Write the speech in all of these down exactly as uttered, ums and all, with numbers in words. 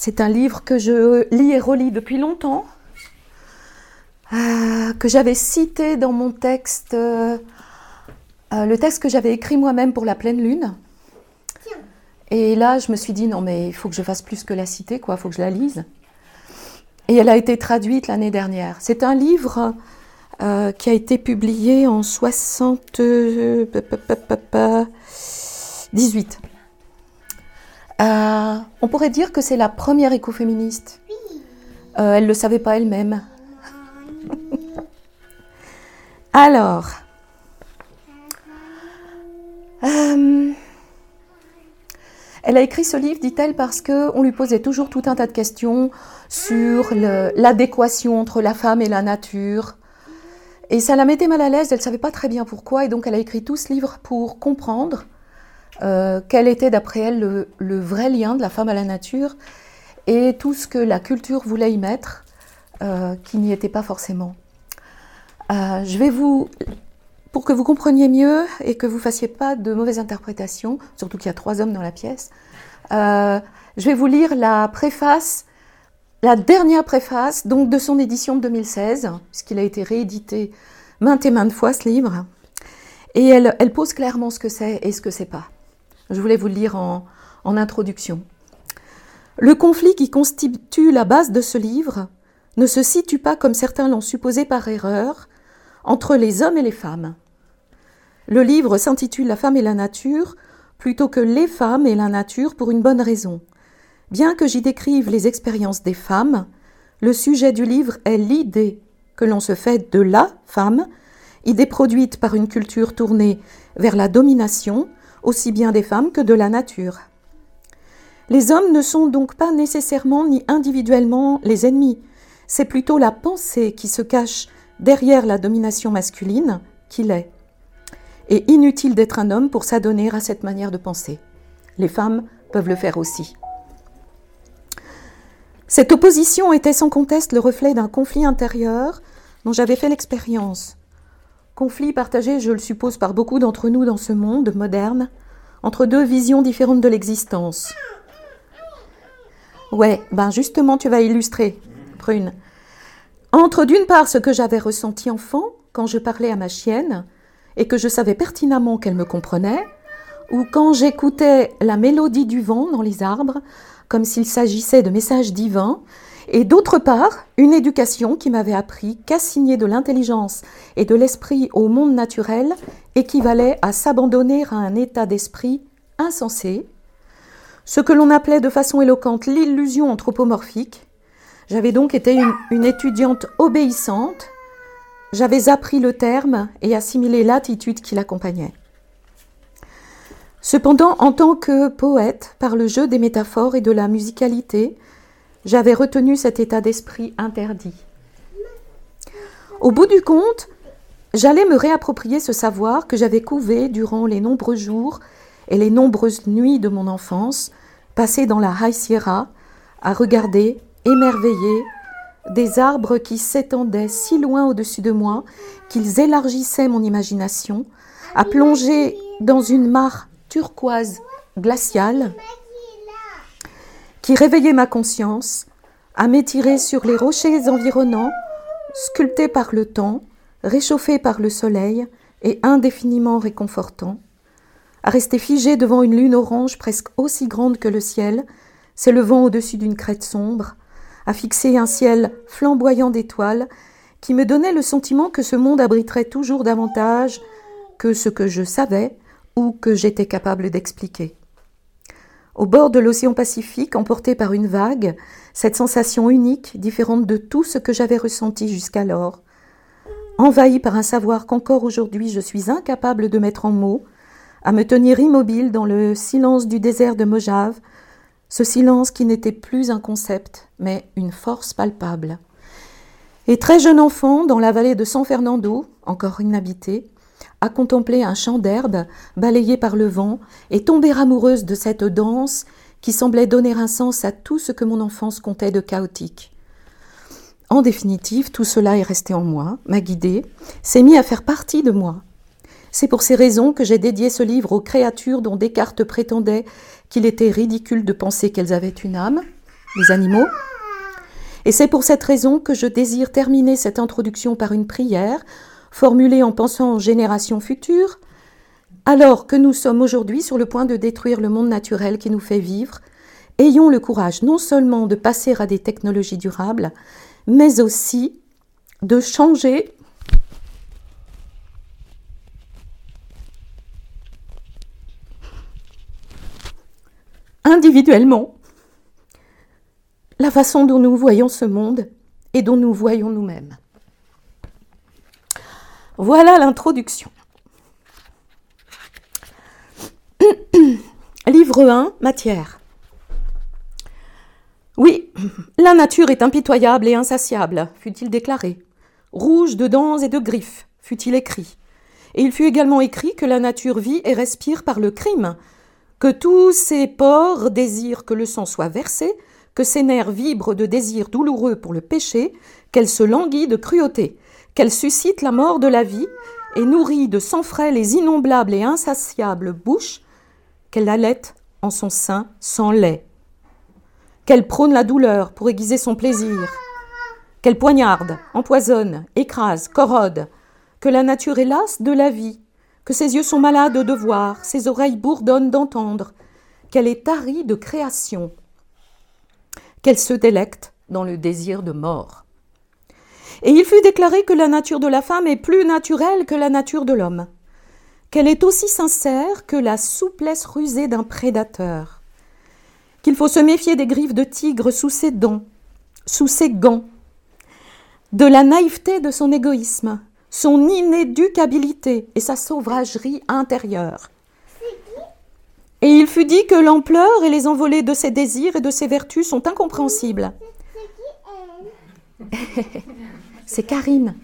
C'est un livre que je lis et relis depuis longtemps, euh, que j'avais cité dans mon texte, euh, euh, le texte que j'avais écrit moi-même pour la pleine lune. Et là, je me suis dit, non mais il faut que je fasse plus que la citer, quoi, il faut que je la lise. Et elle a été traduite l'année dernière. C'est un livre euh, qui a été publié en soixante-dix-huit. Euh, on pourrait dire que c'est la première écoféministe. Euh, elle ne le savait pas elle-même. Alors, euh, elle a écrit ce livre, dit-elle, parce qu'on lui posait toujours tout un tas de questions sur le, l'adéquation entre la femme et la nature. Et ça la mettait mal à l'aise, elle ne savait pas très bien pourquoi, et donc elle a écrit tout ce livre pour comprendre euh, quel était d'après elle le, le vrai lien de la femme à la nature et tout ce que la culture voulait y mettre, euh, qui n'y était pas forcément. Euh, je vais vous, pour que vous compreniez mieux et que vous ne fassiez pas de mauvaises interprétations, surtout qu'il y a trois hommes dans la pièce, euh, je vais vous lire la préface, la dernière préface donc de son édition de deux mille seize, puisqu'il a été réédité maintes et maintes fois ce livre, et elle, elle pose clairement ce que c'est et ce que c'est pas. Je voulais vous le lire en, en introduction. Le conflit qui constitue la base de ce livre ne se situe pas, comme certains l'ont supposé par erreur, entre les hommes et les femmes. Le livre s'intitule « La femme et la nature » plutôt que « Les femmes et la nature » pour une bonne raison. Bien que j'y décrive les expériences des femmes, le sujet du livre est l'idée que l'on se fait de la femme, idée produite par une culture tournée vers la domination, aussi bien des femmes que de la nature. Les hommes ne sont donc pas nécessairement ni individuellement les ennemis, c'est plutôt la pensée qui se cache derrière la domination masculine qu'il est. Et inutile d'être un homme pour s'adonner à cette manière de penser. Les femmes peuvent le faire aussi. Cette opposition était sans conteste le reflet d'un conflit intérieur dont j'avais fait l'expérience. Conflit partagé, je le suppose, par beaucoup d'entre nous dans ce monde moderne, entre deux visions différentes de l'existence. Ouais, ben justement, tu vas illustrer, Prune. Entre d'une part ce que j'avais ressenti enfant, quand je parlais à ma chienne, et que je savais pertinemment qu'elle me comprenait, ou quand j'écoutais la mélodie du vent dans les arbres, comme s'il s'agissait de messages divins, et d'autre part, une éducation qui m'avait appris qu'assigner de l'intelligence et de l'esprit au monde naturel équivalait à s'abandonner à un état d'esprit insensé, ce que l'on appelait de façon éloquente l'illusion anthropomorphique. J'avais donc été une, une étudiante obéissante, j'avais appris le terme et assimilé l'attitude qui l'accompagnait. Cependant, en tant que poète, par le jeu des métaphores et de la musicalité, j'avais retenu cet état d'esprit interdit. Au bout du compte, j'allais me réapproprier ce savoir que j'avais couvé durant les nombreux jours et les nombreuses nuits de mon enfance, passées dans la High Sierra, à regarder, émerveillé, des arbres qui s'étendaient si loin au-dessus de moi qu'ils élargissaient mon imagination, à plonger dans une mare turquoise glaciale qui réveillait ma conscience, à m'étirer sur les rochers environnants, sculptés par le temps, réchauffés par le soleil et indéfiniment réconfortants, à rester figé devant une lune orange presque aussi grande que le ciel, s'élevant au-dessus d'une crête sombre, à fixer un ciel flamboyant d'étoiles qui me donnait le sentiment que ce monde abriterait toujours davantage que ce que je savais ou que j'étais capable d'expliquer. Au bord de l'océan Pacifique, emporté par une vague, cette sensation unique, différente de tout ce que j'avais ressenti jusqu'alors, envahi par un savoir qu'encore aujourd'hui je suis incapable de mettre en mots, à me tenir immobile dans le silence du désert de Mojave, ce silence qui n'était plus un concept, mais une force palpable. Et très jeune enfant, dans la vallée de San Fernando, encore inhabitée, à contempler un champ d'herbe balayé par le vent et tomber amoureuse de cette danse qui semblait donner un sens à tout ce que mon enfance comptait de chaotique. En définitive, tout cela est resté en moi, m'a guidée, s'est mis à faire partie de moi. C'est pour ces raisons que j'ai dédié ce livre aux créatures dont Descartes prétendait qu'il était ridicule de penser qu'elles avaient une âme. les animaux. Et c'est pour cette raison que je désire terminer cette introduction par une prière, formulée en pensant aux générations futures, alors que nous sommes aujourd'hui sur le point de détruire le monde naturel qui nous fait vivre. Ayons le courage non seulement de passer à des technologies durables, mais aussi de changer individuellement la façon dont nous voyons ce monde et dont nous voyons nous-mêmes. Voilà l'introduction. Livre un, matière. Oui, la nature est impitoyable et insatiable, fut-il déclaré. Rouge de dents et de griffes, fut-il écrit. Et il fut également écrit que la nature vit et respire par le crime, que tous ses pores désirent que le sang soit versé, que ses nerfs vibrent de désirs douloureux pour le péché, qu'elle se languit de cruauté, qu'elle suscite la mort de la vie et nourrit de sang frais les innombrables et insatiables bouches, qu'elle allaite en son sein sans lait, qu'elle prône la douleur pour aiguiser son plaisir, qu'elle poignarde, empoisonne, écrase, corrode, que la nature est lasse de la vie, que ses yeux sont malades de voir, ses oreilles bourdonnent d'entendre, qu'elle est tarie de création, qu'elle se délecte dans le désir de mort. Et il fut déclaré que la nature de la femme est plus naturelle que la nature de l'homme, qu'elle est aussi sincère que la souplesse rusée d'un prédateur, qu'il faut se méfier des griffes de tigre sous ses dents, sous ses gants, de la naïveté de son égoïsme, son inéducabilité et sa sauvagerie intérieure. Et il fut dit que l'ampleur et les envolées de ses désirs et de ses vertus sont incompréhensibles. C'est Karine.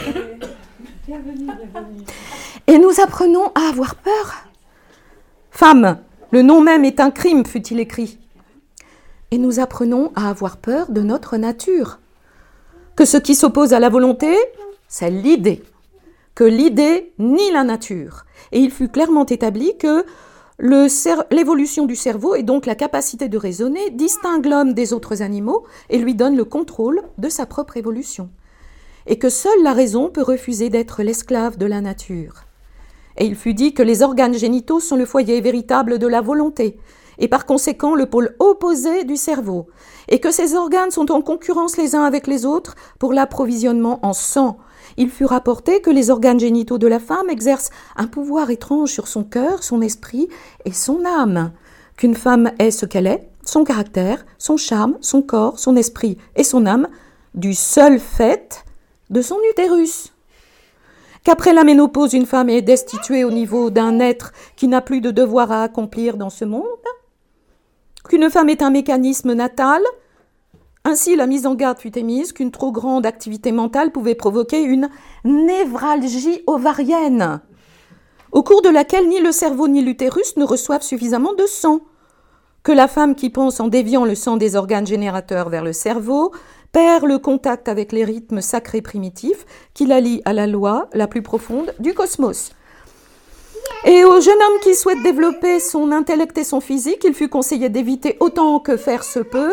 Et nous apprenons à avoir peur. Femme, le nom même est un crime, fut-il écrit. Et nous apprenons à avoir peur de notre nature. Que ce qui s'oppose à la volonté, c'est l'idée. Que l'idée nie la nature. Et il fut clairement établi que le cer- l'évolution du cerveau et donc la capacité de raisonner distingue l'homme des autres animaux et lui donne le contrôle de sa propre évolution. Et que seule la raison peut refuser d'être l'esclave de la nature. Et il fut dit que les organes génitaux sont le foyer véritable de la volonté, et par conséquent le pôle opposé du cerveau, et que ces organes sont en concurrence les uns avec les autres pour l'approvisionnement en sang. Il fut rapporté que les organes génitaux de la femme exercent un pouvoir étrange sur son cœur, son esprit et son âme, qu'une femme est ce qu'elle est, son caractère, son charme, son corps, son esprit et son âme, du seul fait de son utérus. Qu'après la ménopause, une femme est destituée au niveau d'un être qui n'a plus de devoir à accomplir dans ce monde, qu'une femme est un mécanisme natal. Ainsi, la mise en garde fut émise qu'une trop grande activité mentale pouvait provoquer une névralgie ovarienne, au cours de laquelle ni le cerveau ni l'utérus ne reçoivent suffisamment de sang, que la femme qui pense en déviant le sang des organes générateurs vers le cerveau perd le contact avec les rythmes sacrés primitifs qui la lient à la loi la plus profonde du cosmos. Et au jeune homme qui souhaite développer son intellect et son physique, il fut conseillé d'éviter autant que faire se peut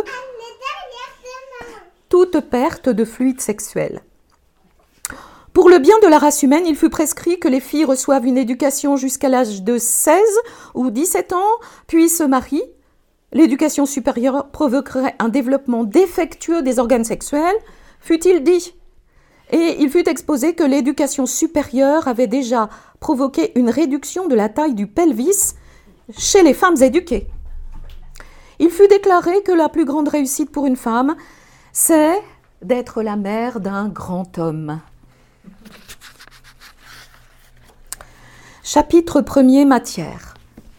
toute perte de fluide sexuel. Pour le bien de la race humaine, il fut prescrit que les filles reçoivent une éducation jusqu'à l'âge de seize ou dix-sept ans, puis se marient. L'éducation supérieure provoquerait un développement défectueux des organes sexuels, fut-il dit. Et il fut exposé que l'éducation supérieure avait déjà provoqué une réduction de la taille du pelvis chez les femmes éduquées. Il fut déclaré que la plus grande réussite pour une femme, c'est d'être la mère d'un grand homme. Chapitre premier, matière.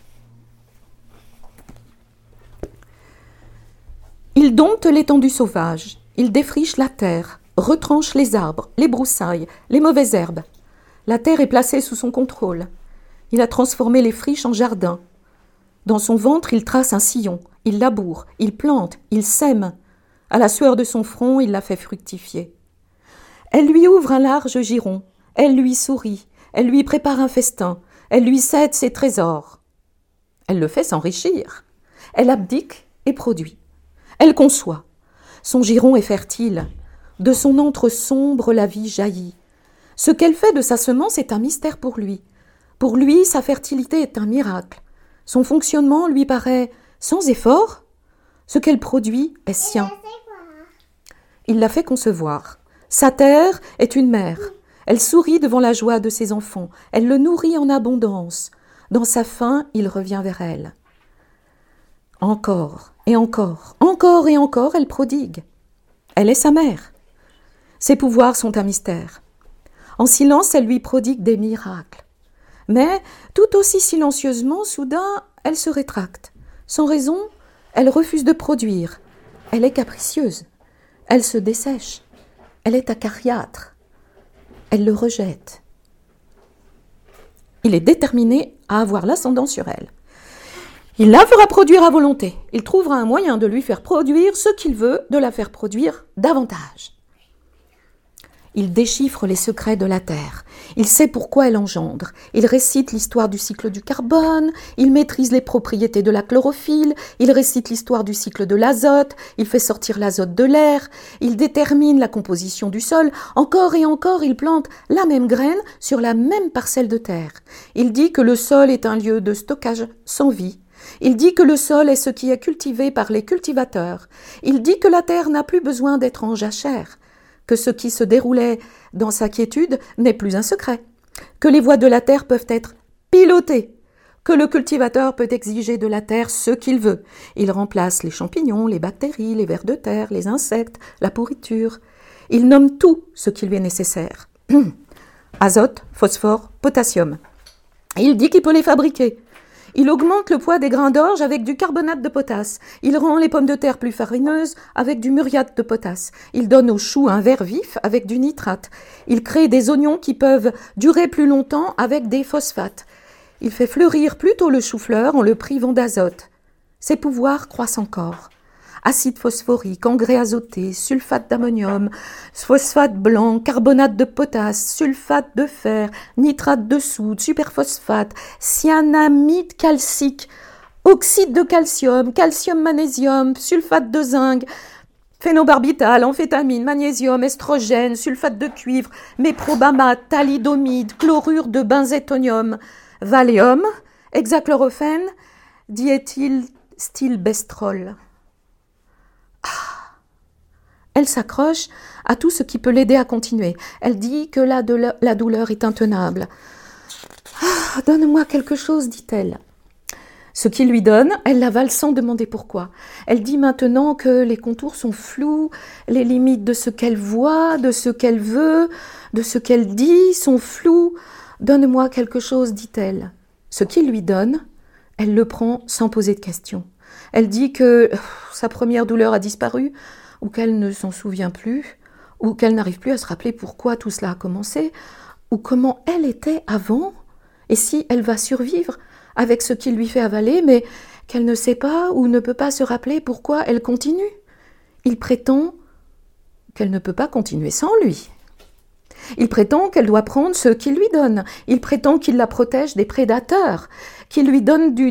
Il dompte l'étendue sauvage, il défriche la terre, retranche les arbres, les broussailles, les mauvaises herbes. La terre est placée sous son contrôle. Il a transformé les friches en jardins. Dans son ventre, il trace un sillon, il laboure, il plante, il sème. À la sueur de son front, il la fait fructifier. Elle lui ouvre un large giron, elle lui sourit, elle lui prépare un festin, elle lui cède ses trésors. Elle le fait s'enrichir. Elle abdique et produit. Elle conçoit. Son giron est fertile. De son antre sombre, la vie jaillit. Ce qu'elle fait de sa semence est un mystère pour lui. Pour lui, sa fertilité est un miracle. Son fonctionnement lui paraît sans effort. Ce qu'elle produit est sien. Il l'a fait concevoir. Sa terre est une mère. Elle sourit devant la joie de ses enfants. Elle le nourrit en abondance. Dans sa faim, il revient vers elle. Encore et encore, encore et encore, elle prodigue. Elle est sa mère. Ses pouvoirs sont un mystère. En silence, elle lui prodigue des miracles. Mais, tout aussi silencieusement, soudain, elle se rétracte. Sans raison, elle refuse de produire. Elle est capricieuse. Elle se dessèche. Elle est acariâtre. Elle le rejette. Il est déterminé à avoir l'ascendant sur elle. Il la fera produire à volonté. Il trouvera un moyen de lui faire produire ce qu'il veut, de la faire produire davantage. Il déchiffre les secrets de la terre. Il sait pourquoi elle engendre. Il récite l'histoire du cycle du carbone. Il maîtrise les propriétés de la chlorophylle. Il récite l'histoire du cycle de l'azote. Il fait sortir l'azote de l'air. Il détermine la composition du sol. Encore et encore, il plante la même graine sur la même parcelle de terre. Il dit que le sol est un lieu de stockage sans vie. Il dit que le sol est ce qui est cultivé par les cultivateurs. Il dit que la terre n'a plus besoin d'être en jachère, que ce qui se déroulait dans sa quiétude n'est plus un secret, que les voies de la terre peuvent être pilotées, que le cultivateur peut exiger de la terre ce qu'il veut. Il remplace les champignons, les bactéries, les vers de terre, les insectes, la pourriture. Il nomme tout ce qui lui est nécessaire. Azote, phosphore, potassium. Il dit qu'il peut les fabriquer. Il augmente le poids des grains d'orge avec du carbonate de potasse. Il rend les pommes de terre plus farineuses avec du muriate de potasse. Il donne aux choux un vert vif avec du nitrate. Il crée des oignons qui peuvent durer plus longtemps avec des phosphates. Il fait fleurir plutôt le chou-fleur en le privant d'azote. Ses pouvoirs croissent encore. Acide phosphorique, engrais azoté, sulfate d'ammonium, phosphate blanc, carbonate de potasse, sulfate de fer, nitrate de soude, superphosphate, cyanamide calcique, oxyde de calcium, calcium magnésium, sulfate de zinc, phénobarbital, amphétamine, magnésium, estrogène, sulfate de cuivre, méprobamate, thalidomide, chlorure de benzétonium, valium, hexachlorophène, diéthylstilbestrol. Elle s'accroche à tout ce qui peut l'aider à continuer. Elle dit que la douleur, la douleur est intenable. Ah, donne-moi quelque chose, dit-elle. Ce qu'il lui donne, elle l'avale sans demander pourquoi. Elle dit maintenant que les contours sont flous, les limites de ce qu'elle voit, de ce qu'elle veut, de ce qu'elle dit sont floues. Donne-moi quelque chose, dit-elle. Ce qu'il lui donne, elle le prend sans poser de questions. Elle dit que sa première douleur a disparu, ou qu'elle ne s'en souvient plus, ou qu'elle n'arrive plus à se rappeler pourquoi tout cela a commencé, ou comment elle était avant, et si elle va survivre avec ce qu'il lui fait avaler, mais qu'elle ne sait pas ou ne peut pas se rappeler pourquoi elle continue. Il prétend qu'elle ne peut pas continuer sans lui. Il prétend qu'elle doit prendre ce qu'il lui donne. Il prétend qu'il la protège des prédateurs, qu'il lui donne du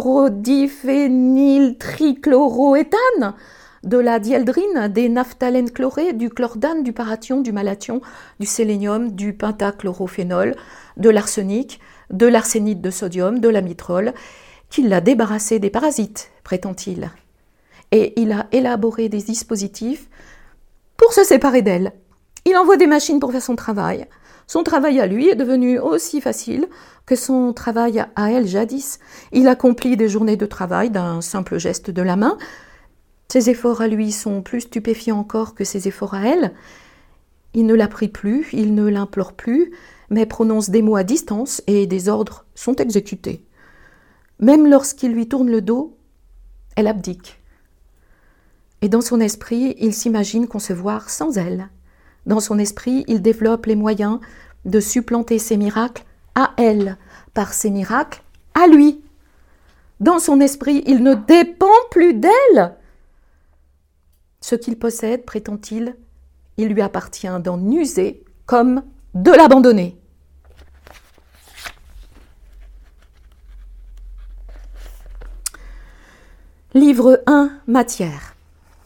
dichlorodiphényltrichloroéthane, de la dieldrine, des naphthalènes chlorés, du chlordane, du parathion, du malathion, du sélénium, du pentachlorophénol, de l'arsenic, de l'arsénite de sodium, de l'amitrol, qu'il l'a débarrassé des parasites, prétend-il. Et il a élaboré des dispositifs pour se séparer d'elle. Il envoie des machines pour faire son travail. Son travail à lui est devenu aussi facile que son travail à elle jadis. Il accomplit des journées de travail d'un simple geste de la main. Ses efforts à lui sont plus stupéfiants encore que ses efforts à elle. Il ne la prie plus, il ne l'implore plus, mais prononce des mots à distance et des ordres sont exécutés. Même lorsqu'il lui tourne le dos, elle abdique. Et dans son esprit, il s'imagine concevoir sans elle. Dans son esprit, il développe les moyens de supplanter ses miracles à elle, par ses miracles à lui. Dans son esprit, il ne dépend plus d'elle. Ce qu'il possède, prétend-il, il lui appartient d'en user comme de l'abandonner. Livre un, Matière.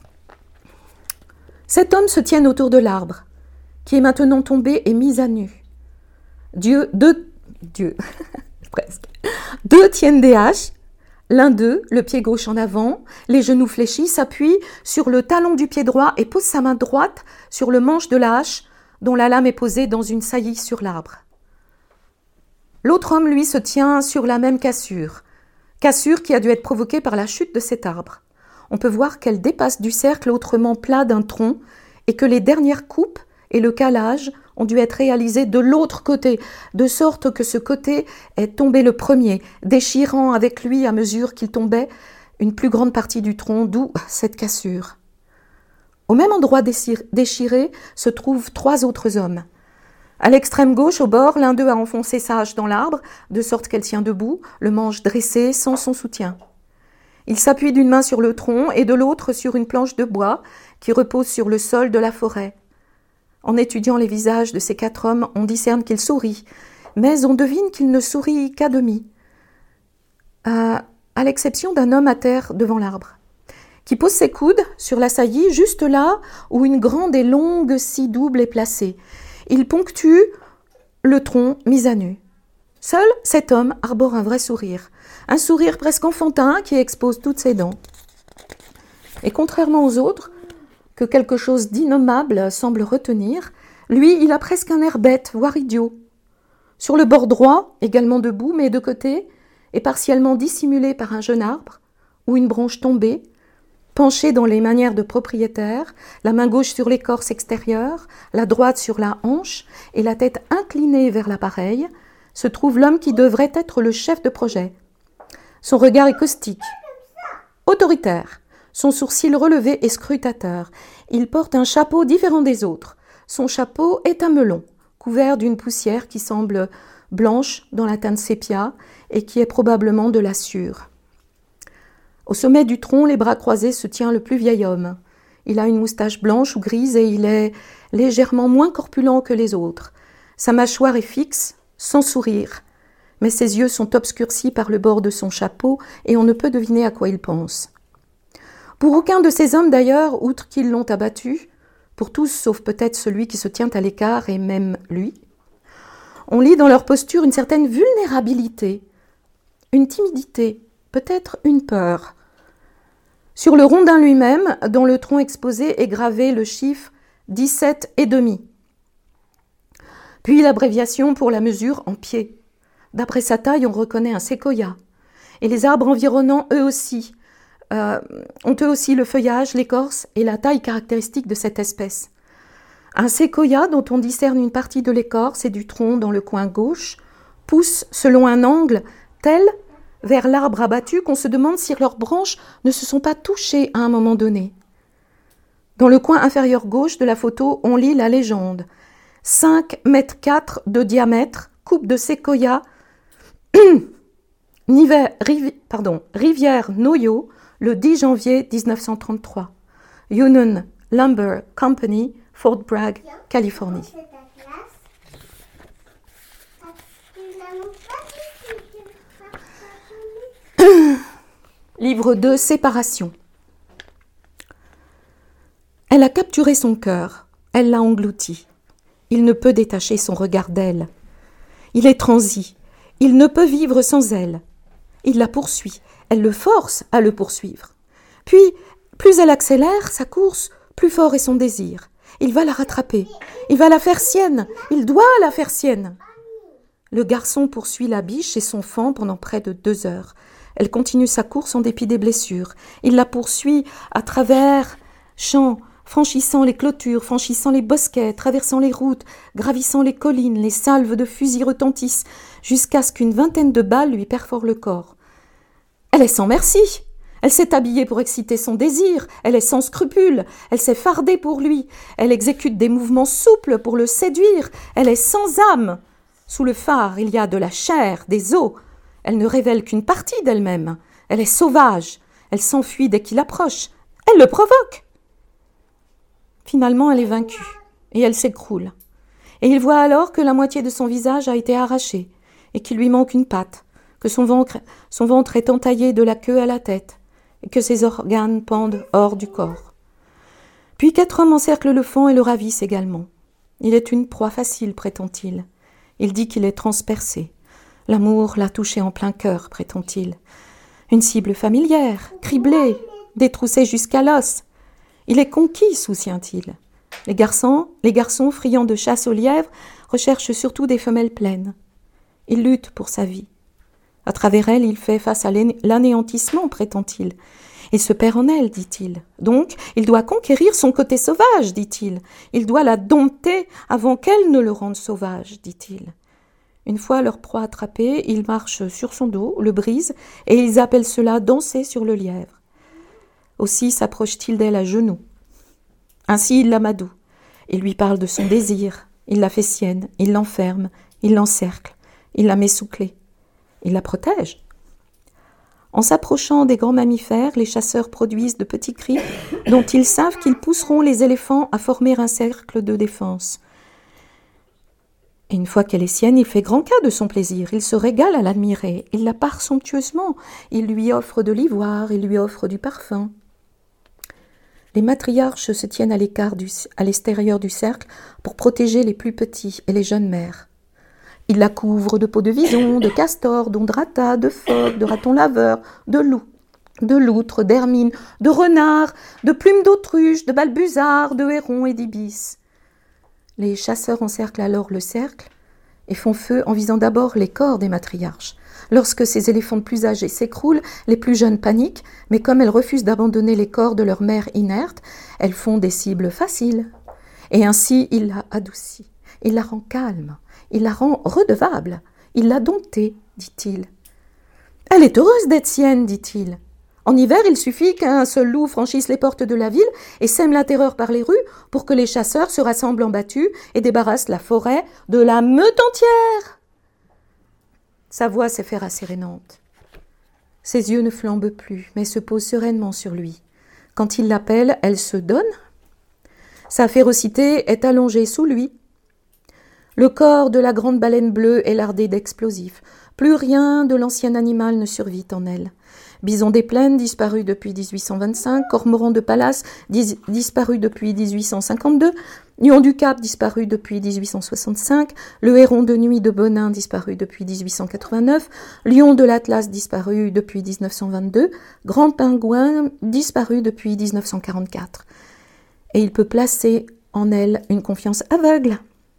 Sept hommes se tiennent autour de l'arbre, qui est maintenant tombé et mis à nu. Dieu, deux, Dieu, presque, deux tiennent des haches. L'un d'eux, le pied gauche en avant, les genoux fléchis, s'appuie sur le talon du pied droit et pose sa main droite sur le manche de la hache, dont la lame est posée dans une saillie sur l'arbre. L'autre homme, lui, se tient sur la même cassure, cassure qui a dû être provoquée par la chute de cet arbre. On peut voir qu'elle dépasse du cercle autrement plat d'un tronc et que les dernières coupes et le calage ont dû être réalisés de l'autre côté, de sorte que ce côté est tombé le premier, déchirant avec lui à mesure qu'il tombait une plus grande partie du tronc, d'où cette cassure. Au même endroit déchiré se trouvent trois autres hommes. À l'extrême gauche, au bord, l'un d'eux a enfoncé sa hache dans l'arbre, de sorte qu'elle tient debout, le manche dressé, sans son soutien. Il s'appuie d'une main sur le tronc et de l'autre sur une planche de bois qui repose sur le sol de la forêt. En étudiant les visages de ces quatre hommes, on discerne qu'ils sourient, mais on devine qu'ils ne sourient qu'à demi, à, à l'exception d'un homme à terre devant l'arbre, qui pose ses coudes sur la saillie juste là où une grande et longue scie double est placée. Il ponctue le tronc mis à nu. Seul cet homme arbore un vrai sourire, un sourire presque enfantin qui expose toutes ses dents. Et contrairement aux autres, que quelque chose d'innommable semble retenir, lui, il a presque un air bête, voire idiot. Sur le bord droit, également debout, mais de côté, et partiellement dissimulé par un jeune arbre, ou une branche tombée, penché dans les manières de propriétaire, la main gauche sur l'écorce extérieure, la droite sur la hanche, et la tête inclinée vers l'appareil, se trouve l'homme qui devrait être le chef de projet. Son regard est caustique, autoritaire, son sourcil relevé et scrutateur. Il porte un chapeau différent des autres. Son chapeau est un melon, couvert d'une poussière qui semble blanche dans la teinte sépia et qui est probablement de la suure. Au sommet du tronc, les bras croisés, se tient le plus vieil homme. Il a une moustache blanche ou grise et il est légèrement moins corpulent que les autres. Sa mâchoire est fixe, sans sourire, mais ses yeux sont obscurcis par le bord de son chapeau et on ne peut deviner à quoi il pense. Pour aucun de ces hommes d'ailleurs, outre qu'ils l'ont abattu, pour tous sauf peut-être celui qui se tient à l'écart et même lui, on lit dans leur posture une certaine vulnérabilité, une timidité, peut-être une peur. Sur le rondin lui-même, dont le tronc exposé est gravé le chiffre dix-sept et demi. Puis l'abréviation pour la mesure en pieds. D'après sa taille, on reconnaît un séquoia. Et les arbres environnants, eux aussi, euh, ont eux aussi le feuillage, l'écorce et la taille caractéristique de cette espèce. Un séquoia, dont on discerne une partie de l'écorce et du tronc dans le coin gauche, pousse selon un angle tel vers l'arbre abattu qu'on se demande si leurs branches ne se sont pas touchées à un moment donné. Dans le coin inférieur gauche de la photo, on lit la légende. cinq mètres quatre de diamètre, coupe de séquoia, Niver, rivi, pardon, rivière Noyo, le dix janvier dix-neuf cent trente-trois. Union Lumber Company, Fort Bragg, Californie. Livre deux, Séparation. Elle a capturé son cœur, elle l'a englouti. Il ne peut détacher son regard d'elle. Il est transi, il ne peut vivre sans elle. Il la poursuit, elle le force à le poursuivre. Puis, plus elle accélère sa course, plus fort est son désir. Il va la rattraper, il va la faire sienne, il doit la faire sienne. Le garçon poursuit la biche et son faon pendant près de deux heures. Elle continue sa course en dépit des blessures. Il la poursuit à travers champs, franchissant les clôtures, franchissant les bosquets, traversant les routes, gravissant les collines, les salves de fusils retentissent, jusqu'à ce qu'une vingtaine de balles lui perforent le corps. Elle est sans merci. Elle s'est habillée pour exciter son désir, elle est sans scrupules, elle s'est fardée pour lui, elle exécute des mouvements souples pour le séduire, elle est sans âme. Sous le phare, il y a de la chair, des os. Elle ne révèle qu'une partie d'elle-même. Elle est sauvage, elle s'enfuit dès qu'il approche, elle le provoque. Finalement, elle est vaincue, et elle s'écroule. Et il voit alors que la moitié de son visage a été arrachée, et qu'il lui manque une patte, que son ventre, son ventre est entaillé de la queue à la tête, et que ses organes pendent hors du corps. Puis quatre hommes encerclent le fond et le ravissent également. Il est une proie facile, prétend-il. Il dit qu'il est transpercé. L'amour l'a touché en plein cœur, prétend-il. Une cible familière, criblée, détroussée jusqu'à l'os. Il est conquis, soutient-il. Les garçons, les garçons friands de chasse aux lièvres recherchent surtout des femelles pleines. Il lutte pour sa vie. À travers elle, il fait face à l'anéantissement, prétend-il. Il se perd en elle, dit-il. Donc, il doit conquérir son côté sauvage, dit-il. Il doit la dompter avant qu'elle ne le rende sauvage, dit-il. Une fois leur proie attrapée, il marche sur son dos, le brise, et ils appellent cela danser sur le lièvre. Aussi s'approche-t-il d'elle à genoux. Ainsi il l'amadoue. Il lui parle de son désir. Il la fait sienne, il l'enferme, il l'encercle, il la met sous clé. Il la protège. En s'approchant des grands mammifères, les chasseurs produisent de petits cris dont ils savent qu'ils pousseront les éléphants à former un cercle de défense. Et une fois qu'elle est sienne, il fait grand cas de son plaisir. Il se régale à l'admirer. Il la pare somptueusement. Il lui offre de l'ivoire, il lui offre du parfum. Les matriarches se tiennent à l'écart du, à l'extérieur du cercle pour protéger les plus petits et les jeunes mères. Ils la couvrent de peaux de vison, de castor, d'ondrata, de phoque, de raton laveur, de loup, de loutre, d'hermine, de renard, de plumes d'autruche, de balbuzard, de héron et d'ibis. Les chasseurs encerclent alors le cercle et font feu en visant d'abord les corps des matriarches. Lorsque ces éléphants plus âgés s'écroulent, les plus jeunes paniquent, mais comme elles refusent d'abandonner les corps de leur mère inerte, elles font des cibles faciles. Et ainsi, il la adoucit, il la rend calme, il la rend redevable, il l'a domptée, dit-il. Elle est heureuse d'être sienne, dit-il. En hiver, il suffit qu'un seul loup franchisse les portes de la ville et sème la terreur par les rues pour que les chasseurs se rassemblent en battue et débarrassent la forêt de la meute entière. Sa voix s'est fait rassérénante. Ses yeux ne flambent plus, mais se posent sereinement sur lui. Quand il l'appelle, elle se donne. Sa férocité est allongée sous lui. Le corps de la grande baleine bleue est lardé d'explosifs. Plus rien de l'ancien animal ne survit en elle. Bison des plaines, disparu depuis dix-huit cent vingt-cinq, cormoran de Pallas, dis, disparu depuis dix-huit cent cinquante-deux, lion du Cap, disparu depuis dix-huit cent soixante-cinq, le héron de nuit de Bonin, disparu depuis dix-huit cent quatre-vingt-neuf, lion de l'Atlas, disparu depuis dix-neuf cent vingt-deux, grand pingouin, disparu depuis dix-neuf cent quarante-quatre. Et il peut placer en elle une confiance aveugle.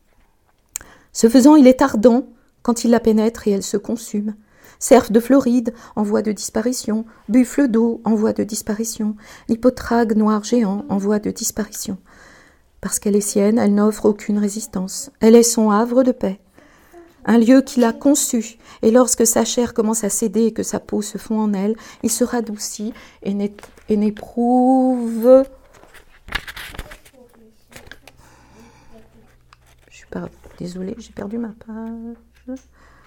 Ce faisant, il est ardent quand il la pénètre et elle se consume. Cerf de Floride, en voie de disparition. Buffle d'eau, en voie de disparition. L'hippotrague noir géant, en voie de disparition. Parce qu'elle est sienne, elle n'offre aucune résistance. Elle est son havre de paix. Un lieu qu'il a conçu. Et lorsque sa chair commence à céder et que sa peau se fond en elle, il se radoucit et n'éprouve... Je suis pas... Désolée, j'ai perdu ma page...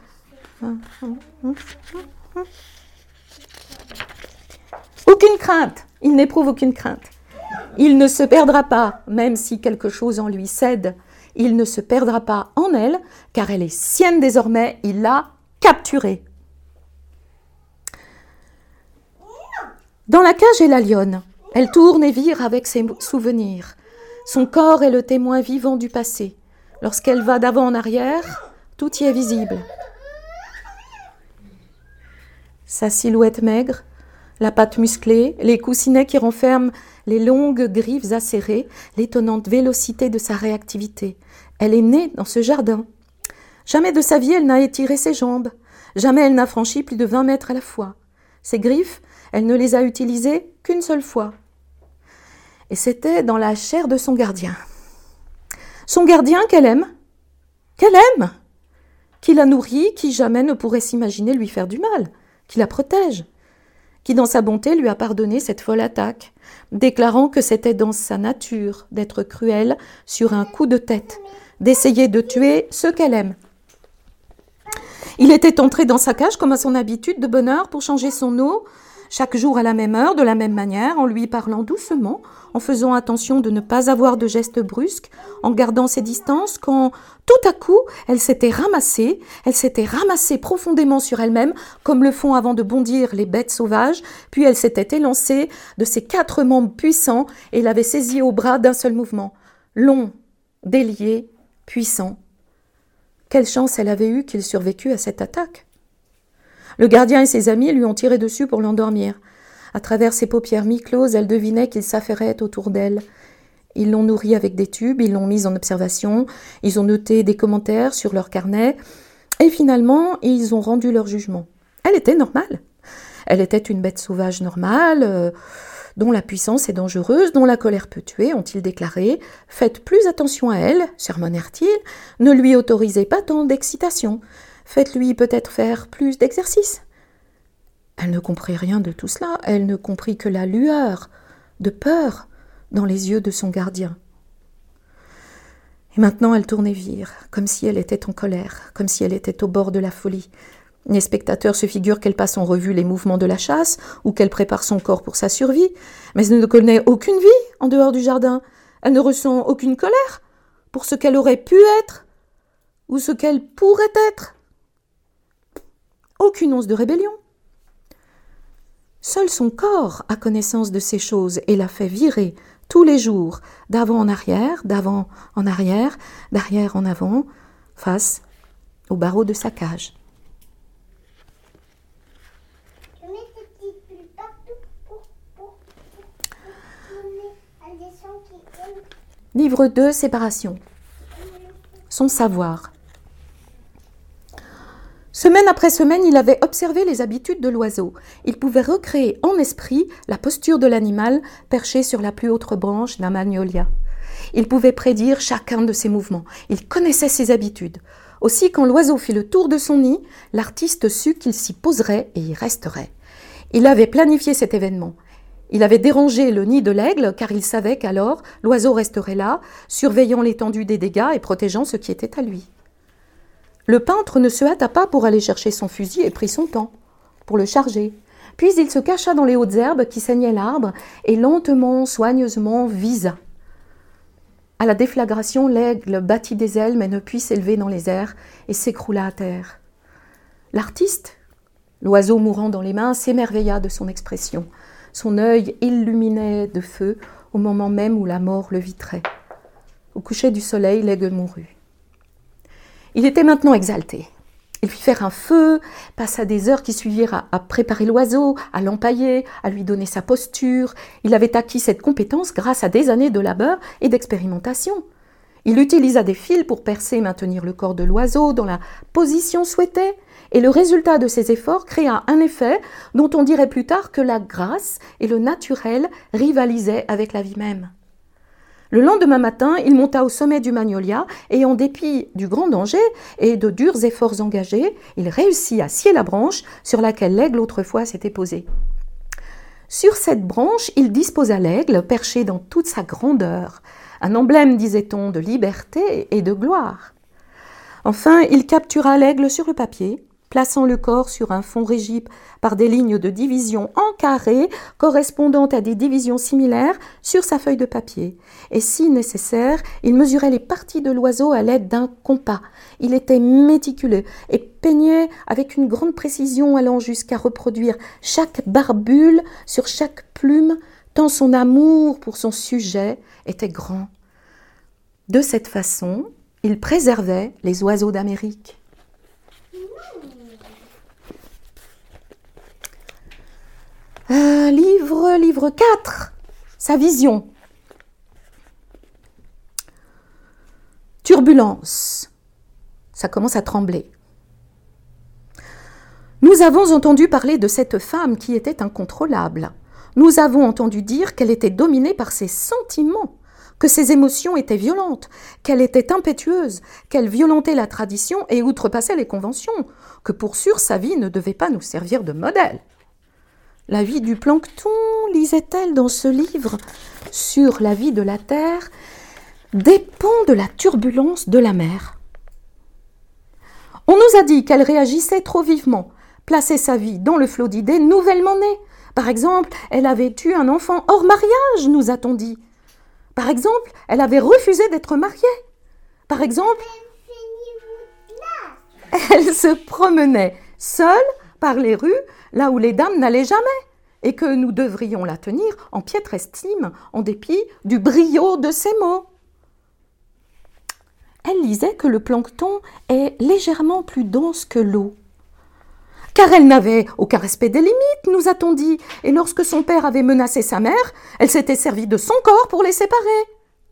Aucune crainte, il n'éprouve aucune crainte. Il ne se perdra pas, même si quelque chose en lui cède. Il ne se perdra pas en elle, car elle est sienne désormais, il l'a capturée. Dans la cage est la lionne. Elle tourne et vire avec ses souvenirs. Son corps est le témoin vivant du passé. Lorsqu'elle va d'avant en arrière, tout y est visible. Sa silhouette maigre, la patte musclée, les coussinets qui renferment les longues griffes acérées, l'étonnante vélocité de sa réactivité. Elle est née dans ce jardin. Jamais de sa vie elle n'a étiré ses jambes. Jamais elle n'a franchi plus de vingt mètres à la fois. Ses griffes, elle ne les a utilisées qu'une seule fois. Et c'était dans la chair de son gardien. Son gardien qu'elle aime, qu'elle aime, qui la nourrit, qui jamais ne pourrait s'imaginer lui faire du mal, qui la protège, qui dans sa bonté lui a pardonné cette folle attaque, déclarant que c'était dans sa nature d'être cruelle sur un coup de tête, d'essayer de tuer ceux qu'elle aime. Il était entré dans sa cage comme à son habitude de bonne heure pour changer son eau, chaque jour à la même heure, de la même manière, en lui parlant doucement, en faisant attention de ne pas avoir de gestes brusques, en gardant ses distances, quand tout à coup, elle s'était ramassée, elle s'était ramassée profondément sur elle-même, comme le font avant de bondir les bêtes sauvages, puis elle s'était élancée de ses quatre membres puissants et l'avait saisie au bras d'un seul mouvement, long, délié, puissant. Quelle chance elle avait eue qu'il survécût à cette attaque. Le gardien et ses amis lui ont tiré dessus pour l'endormir. À travers ses paupières mi-closes, elle devinait qu'il s'affairait autour d'elle. Ils l'ont nourrie avec des tubes, ils l'ont mise en observation, ils ont noté des commentaires sur leur carnet, et finalement, ils ont rendu leur jugement. Elle était normale. Elle était une bête sauvage normale, euh, dont la puissance est dangereuse, dont la colère peut tuer, ont-ils déclaré. Faites plus attention à elle, sermonnèrent-ils, ne lui autorisez pas tant d'excitation. Faites-lui peut-être faire plus d'exercice. Elle ne comprit rien de tout cela, elle ne comprit que la lueur de peur dans les yeux de son gardien. Et maintenant elle tournait vire, comme si elle était en colère, comme si elle était au bord de la folie. Les spectateurs se figurent qu'elle passe en revue les mouvements de la chasse ou qu'elle prépare son corps pour sa survie, mais elle ne connaît aucune vie en dehors du jardin. Elle ne ressent aucune colère pour ce qu'elle aurait pu être ou ce qu'elle pourrait être. Aucune once de rébellion. Seul son corps a connaissance de ces choses et la fait virer tous les jours, d'avant en arrière, d'avant en arrière, d'arrière en avant, face au barreau de sa cage. Je mets ces petites bulles partout pour, pour, pour, pour donner à des gens qui aiment. Livre deux, Séparation. Son savoir. Semaine après semaine, il avait observé les habitudes de l'oiseau. Il pouvait recréer en esprit la posture de l'animal perché sur la plus haute branche d'un magnolia. Il pouvait prédire chacun de ses mouvements. Il connaissait ses habitudes. Aussi, quand l'oiseau fit le tour de son nid, l'artiste sut qu'il s'y poserait et y resterait. Il avait planifié cet événement. Il avait dérangé le nid de l'aigle, car il savait qu'alors l'oiseau resterait là, surveillant l'étendue des dégâts et protégeant ce qui était à lui. Le peintre ne se hâta pas pour aller chercher son fusil et prit son temps pour le charger. Puis il se cacha dans les hautes herbes qui ceignaient l'arbre et lentement, soigneusement visa. À la déflagration, l'aigle battit des ailes mais ne put s'élever dans les airs et s'écroula à terre. L'artiste, l'oiseau mourant dans les mains, s'émerveilla de son expression. Son œil illuminait de feu au moment même où la mort le vitrait. Au coucher du soleil, l'aigle mourut. Il était maintenant exalté. Il fit faire un feu, passa des heures qui suivirent à, à préparer l'oiseau, à l'empailler, à lui donner sa posture. Il avait acquis cette compétence grâce à des années de labeur et d'expérimentation. Il utilisa des fils pour percer et maintenir le corps de l'oiseau dans la position souhaitée, et le résultat de ses efforts créa un effet dont on dirait plus tard que la grâce et le naturel rivalisaient avec la vie même. Le lendemain matin, il monta au sommet du magnolia et en dépit du grand danger et de durs efforts engagés, il réussit à scier la branche sur laquelle l'aigle autrefois s'était posé. Sur cette branche, il disposa l'aigle perché dans toute sa grandeur, un emblème, disait-on, de liberté et de gloire. Enfin, il captura l'aigle sur le papier, plaçant le corps sur un fond régi par des lignes de division en carré correspondant à des divisions similaires sur sa feuille de papier. Et si nécessaire, il mesurait les parties de l'oiseau à l'aide d'un compas. Il était méticuleux et peignait avec une grande précision allant jusqu'à reproduire chaque barbule sur chaque plume, tant son amour pour son sujet était grand. De cette façon, il préservait les oiseaux d'Amérique. Euh, livre, livre quatre, sa vision. Turbulence. Ça commence à trembler. Nous avons entendu parler de cette femme qui était incontrôlable. Nous avons entendu dire qu'elle était dominée par ses sentiments, que ses émotions étaient violentes, qu'elle était impétueuse, qu'elle violentait la tradition et outrepassait les conventions, que pour sûr sa vie ne devait pas nous servir de modèle. La vie du plancton, lisait-elle dans ce livre sur la vie de la terre, dépend de la turbulence de la mer. On nous a dit qu'elle réagissait trop vivement, plaçait sa vie dans le flot d'idées nouvellement nées, Par exemple, elle avait eu un enfant hors mariage, nous a-t-on dit. Par exemple, elle avait refusé d'être mariée. Par exemple, elle se promenait seule par les rues, là où les dames n'allaient jamais, et que nous devrions la tenir en piètre estime, en dépit du brio de ses mots. Elle disait que le plancton est légèrement plus dense que l'eau, car elle n'avait aucun respect des limites, nous a-t-on dit, et lorsque son père avait menacé sa mère, elle s'était servie de son corps pour les séparer.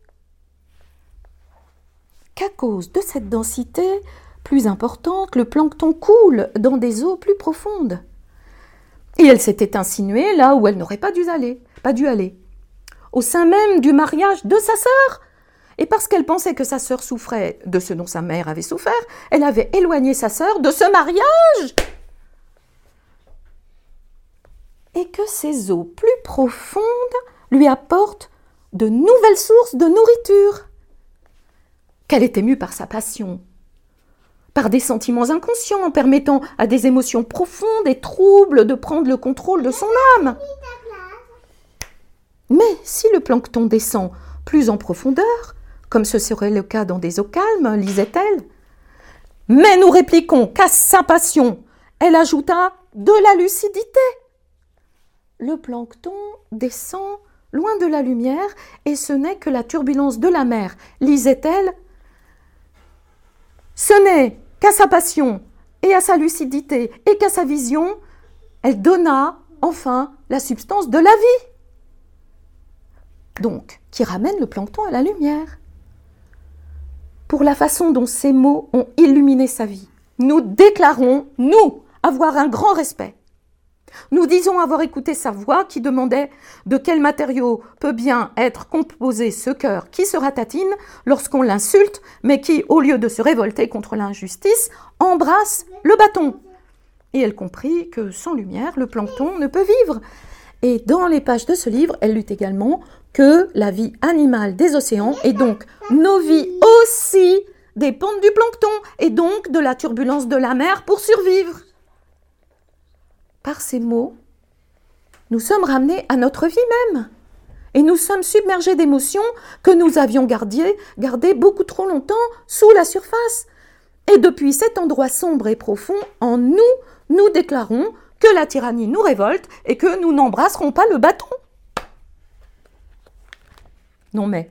Qu'à cause de cette densité plus importante, le plancton coule dans des eaux plus profondes. Et elle s'était insinuée là où elle n'aurait pas dû aller, pas dû aller, au sein même du mariage de sa sœur. Et parce qu'elle pensait que sa sœur souffrait de ce dont sa mère avait souffert, elle avait éloigné sa sœur de ce mariage. Et que ces eaux plus profondes lui apportent de nouvelles sources de nourriture. Qu'elle est émue par sa passion, par des sentiments inconscients, permettant à des émotions profondes et troubles de prendre le contrôle de son âme. Mais si le plancton descend plus en profondeur, comme ce serait le cas dans des eaux calmes, lisait-elle, mais nous répliquons qu'à sa passion, elle ajouta de la lucidité. Le plancton descend loin de la lumière et ce n'est que la turbulence de la mer, lisait-elle. Ce n'est qu'à sa passion et à sa lucidité et qu'à sa vision, elle donna enfin la substance de la vie. Donc, qui ramène le plancton à la lumière. Pour la façon dont ces mots ont illuminé sa vie, nous déclarons, nous, avoir un grand respect. Nous disons avoir écouté sa voix qui demandait de quel matériau peut bien être composé ce cœur qui se ratatine lorsqu'on l'insulte, mais qui, au lieu de se révolter contre l'injustice, embrasse le bâton. Et elle comprit que sans lumière, le plancton ne peut vivre. Et dans les pages de ce livre, elle lut également que la vie animale des océans et donc nos vies aussi dépendent du plancton et donc de la turbulence de la mer pour survivre. Par ces mots, nous sommes ramenés à notre vie même et nous sommes submergés d'émotions que nous avions gardées, gardées beaucoup trop longtemps sous la surface. Et depuis cet endroit sombre et profond, en nous, nous déclarons que la tyrannie nous révolte et que nous n'embrasserons pas le bâton. Non mais...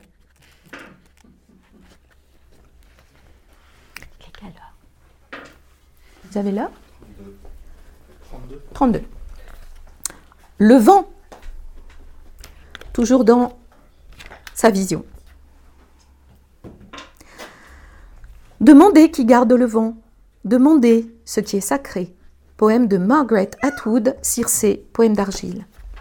Quelle heure ? Vous avez l'heure ? trente-deux. trente-deux. Le vent, toujours dans sa vision. Demandez qui garde le vent, demandez ce qui est sacré. Poème de Margaret Atwood, Circé, poème d'argile.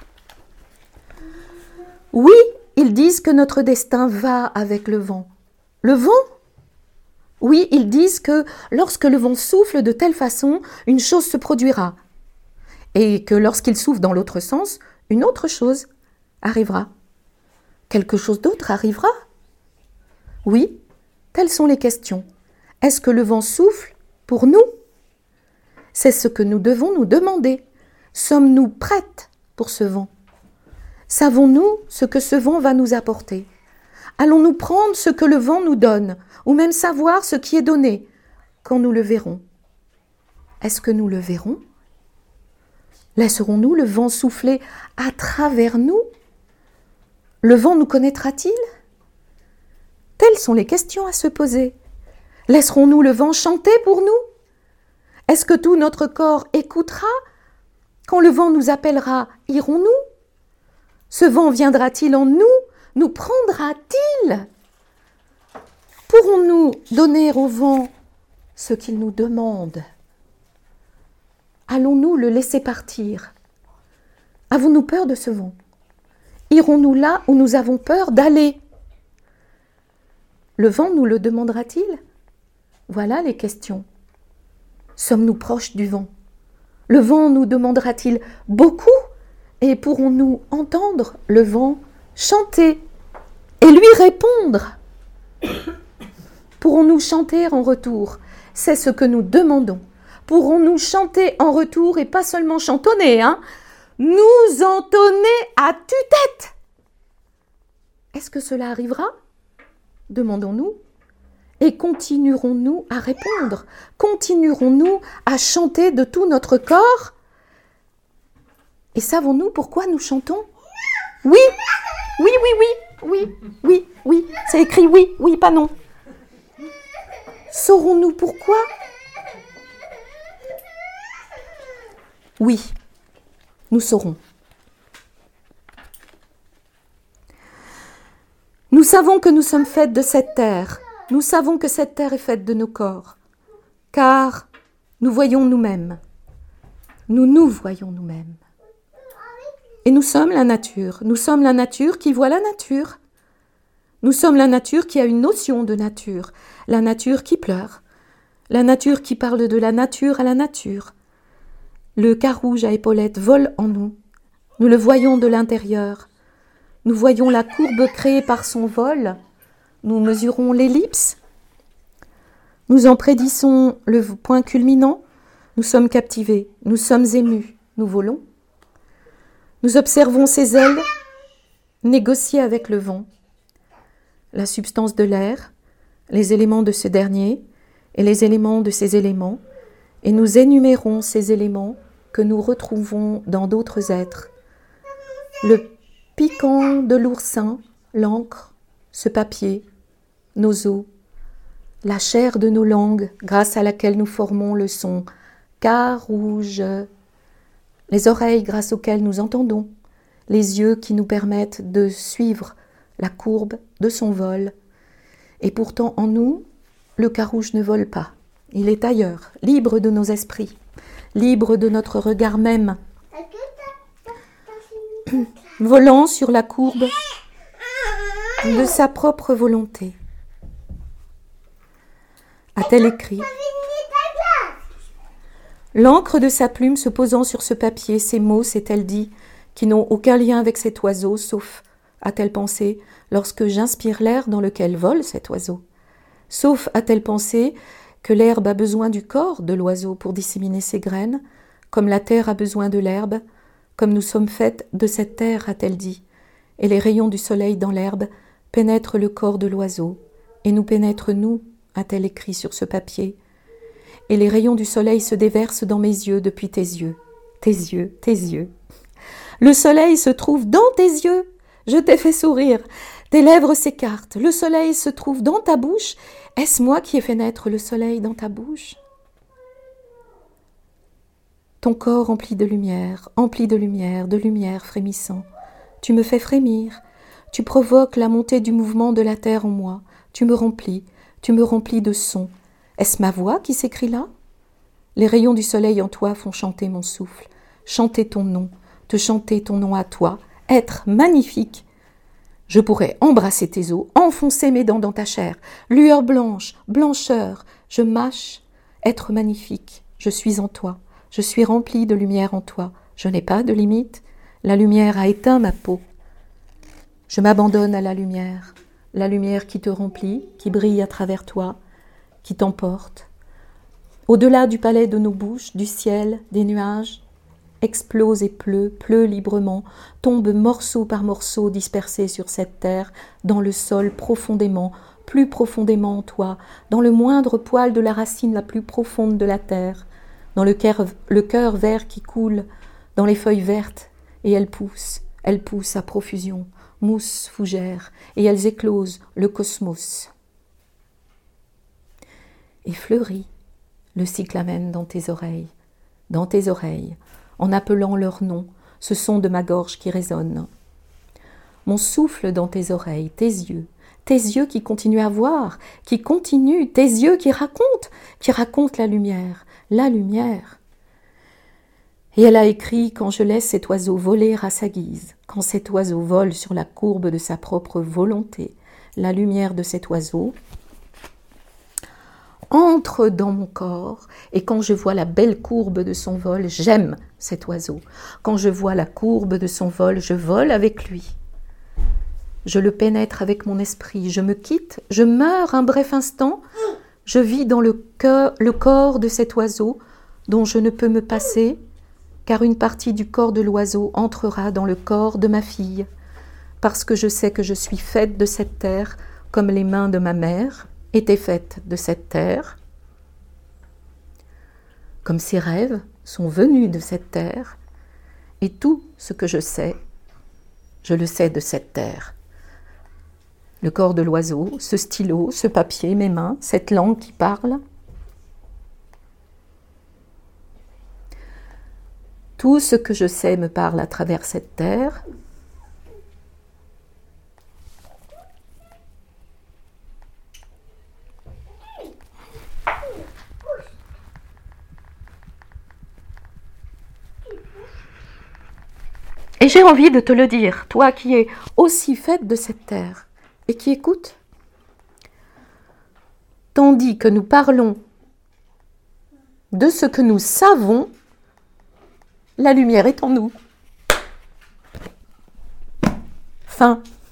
Oui, ils disent que notre destin va avec le vent. Le vent ? Oui, ils disent que lorsque le vent souffle de telle façon, une chose se produira. Et que lorsqu'il souffle dans l'autre sens, une autre chose arrivera. Quelque chose d'autre arrivera. Oui, telles sont les questions. Est-ce que le vent souffle pour nous ? C'est ce que nous devons nous demander. Sommes-nous prêtes pour ce vent ? Savons-nous ce que ce vent va nous apporter ? Allons-nous prendre ce que le vent nous donne, ou même savoir ce qui est donné, quand nous le verrons ? Est-ce que nous le verrons ? Laisserons-nous le vent souffler à travers nous ? Le vent nous connaîtra-t-il ? Telles sont les questions à se poser. Laisserons-nous le vent chanter pour nous ? Est-ce que tout notre corps écoutera ? Quand le vent nous appellera, irons-nous ? Ce vent viendra-t-il en nous ? Nous prendra-t-il ? Pourrons-nous donner au vent ce qu'il nous demande ? Allons-nous le laisser partir ? Avons-nous peur de ce vent ? Irons-nous là où nous avons peur d'aller ? Le vent nous le demandera-t-il ? Voilà les questions. Sommes-nous proches du vent ? Le vent nous demandera-t-il beaucoup ? Et pourrons-nous entendre le vent chanter et lui répondre ? Pourrons-nous chanter en retour ? C'est ce que nous demandons. Pourrons-nous chanter en retour et pas seulement chantonner, hein ? nous entonner à tue-tête. Est-ce que cela arrivera? Demandons-nous. Et continuerons-nous à répondre? Continuerons-nous à chanter de tout notre corps? Et savons-nous pourquoi nous chantons? Oui, oui, oui, oui, oui, oui, oui, c'est écrit oui, oui, pas non. Saurons-nous pourquoi? Oui, nous saurons. Nous savons que nous sommes faites de cette terre. Nous savons que cette terre est faite de nos corps. Car nous voyons nous-mêmes. Nous nous voyons nous-mêmes. Et nous sommes la nature. Nous sommes la nature qui voit la nature. Nous sommes la nature qui a une notion de nature. La nature qui pleure. La nature qui parle de la nature à la nature. Le carouge à épaulettes vole en nous. Nous le voyons de l'intérieur. Nous voyons la courbe créée par son vol. Nous mesurons l'ellipse. Nous en prédisons le point culminant. Nous sommes captivés. Nous sommes émus. Nous volons. Nous observons ses ailes négocier avec le vent. La substance de l'air, les éléments de ce dernier et les éléments de ces éléments. Et nous énumérons ces éléments que nous retrouvons dans d'autres êtres. Le piquant de l'oursin, l'encre, ce papier, nos os, la chair de nos langues grâce à laquelle nous formons le son carouge, les oreilles grâce auxquelles nous entendons, les yeux qui nous permettent de suivre la courbe de son vol. Et pourtant en nous, le carouge ne vole pas. Il est ailleurs, libre de nos esprits, libre de notre regard même, volant sur la courbe de sa propre volonté. A-t-elle écrit? L'encre de sa plume se posant sur ce papier, ces mots, s'est-elle dit, qui n'ont aucun lien avec cet oiseau, sauf, a-t-elle pensé, lorsque j'inspire l'air dans lequel vole cet oiseau. Sauf, a-t-elle pensé, que l'herbe a besoin du corps de l'oiseau pour disséminer ses graines, comme la terre a besoin de l'herbe, comme nous sommes faites de cette terre, a-t-elle dit, et les rayons du soleil dans l'herbe pénètrent le corps de l'oiseau, et nous pénètrent nous, a-t-elle écrit sur ce papier, et les rayons du soleil se déversent dans mes yeux depuis tes yeux, tes yeux, tes yeux. Le soleil se trouve dans tes yeux, je t'ai fait sourire, tes lèvres s'écartent, le soleil se trouve dans ta bouche, est-ce moi qui ai fait naître le soleil dans ta bouche? Ton corps empli de lumière, empli de lumière, de lumière frémissant. Tu me fais frémir, tu provoques la montée du mouvement de la terre en moi, tu me remplis, tu me remplis de sons. Est-ce ma voix qui s'écrit là? Les rayons du soleil en toi font chanter mon souffle, chanter ton nom, te chanter ton nom à toi, être magnifique. Je pourrais embrasser tes os, enfoncer mes dents dans ta chair, lueur blanche, blancheur, je mâche, être magnifique, je suis en toi. Je suis remplie de lumière en toi. Je n'ai pas de limite. La lumière a éteint ma peau. Je m'abandonne à la lumière. La lumière qui te remplit, qui brille à travers toi, qui t'emporte. Au-delà du palais de nos bouches, du ciel, des nuages, explose et pleut, pleut librement, tombe morceau par morceau dispersé sur cette terre, dans le sol profondément, plus profondément en toi, dans le moindre poil de la racine la plus profonde de la terre, dans le cœur, le cœur vert qui coule, dans les feuilles vertes, et elles poussent, elles poussent à profusion, mousse, fougère, et elles éclosent le cosmos. Et fleurit le cyclamen dans tes oreilles, dans tes oreilles, en appelant leur nom, ce son de ma gorge qui résonne. Mon souffle dans tes oreilles, tes yeux, tes yeux qui continuent à voir, qui continuent, tes yeux qui racontent, qui racontent la lumière, la lumière. Et elle a écrit « Quand je laisse cet oiseau voler à sa guise, quand cet oiseau vole sur la courbe de sa propre volonté, la lumière de cet oiseau entre dans mon corps, et quand je vois la belle courbe de son vol, j'aime cet oiseau. Quand je vois la courbe de son vol, je vole avec lui. Je le pénètre avec mon esprit, je me quitte, je meurs un bref instant, je vis dans le, cœur, le corps de cet oiseau dont je ne peux me passer, car une partie du corps de l'oiseau entrera dans le corps de ma fille, parce que je sais que je suis faite de cette terre, comme les mains de ma mère étaient faites de cette terre, comme ses rêves sont venus de cette terre, et tout ce que je sais, je le sais de cette terre. Le corps de l'oiseau, ce stylo, ce papier, mes mains, cette langue qui parle. Tout ce que je sais me parle à travers cette terre. Et j'ai envie de te le dire, toi qui es aussi faite de cette terre et qui écoute. Tandis que nous parlons de ce que nous savons, la lumière est en nous. Fin.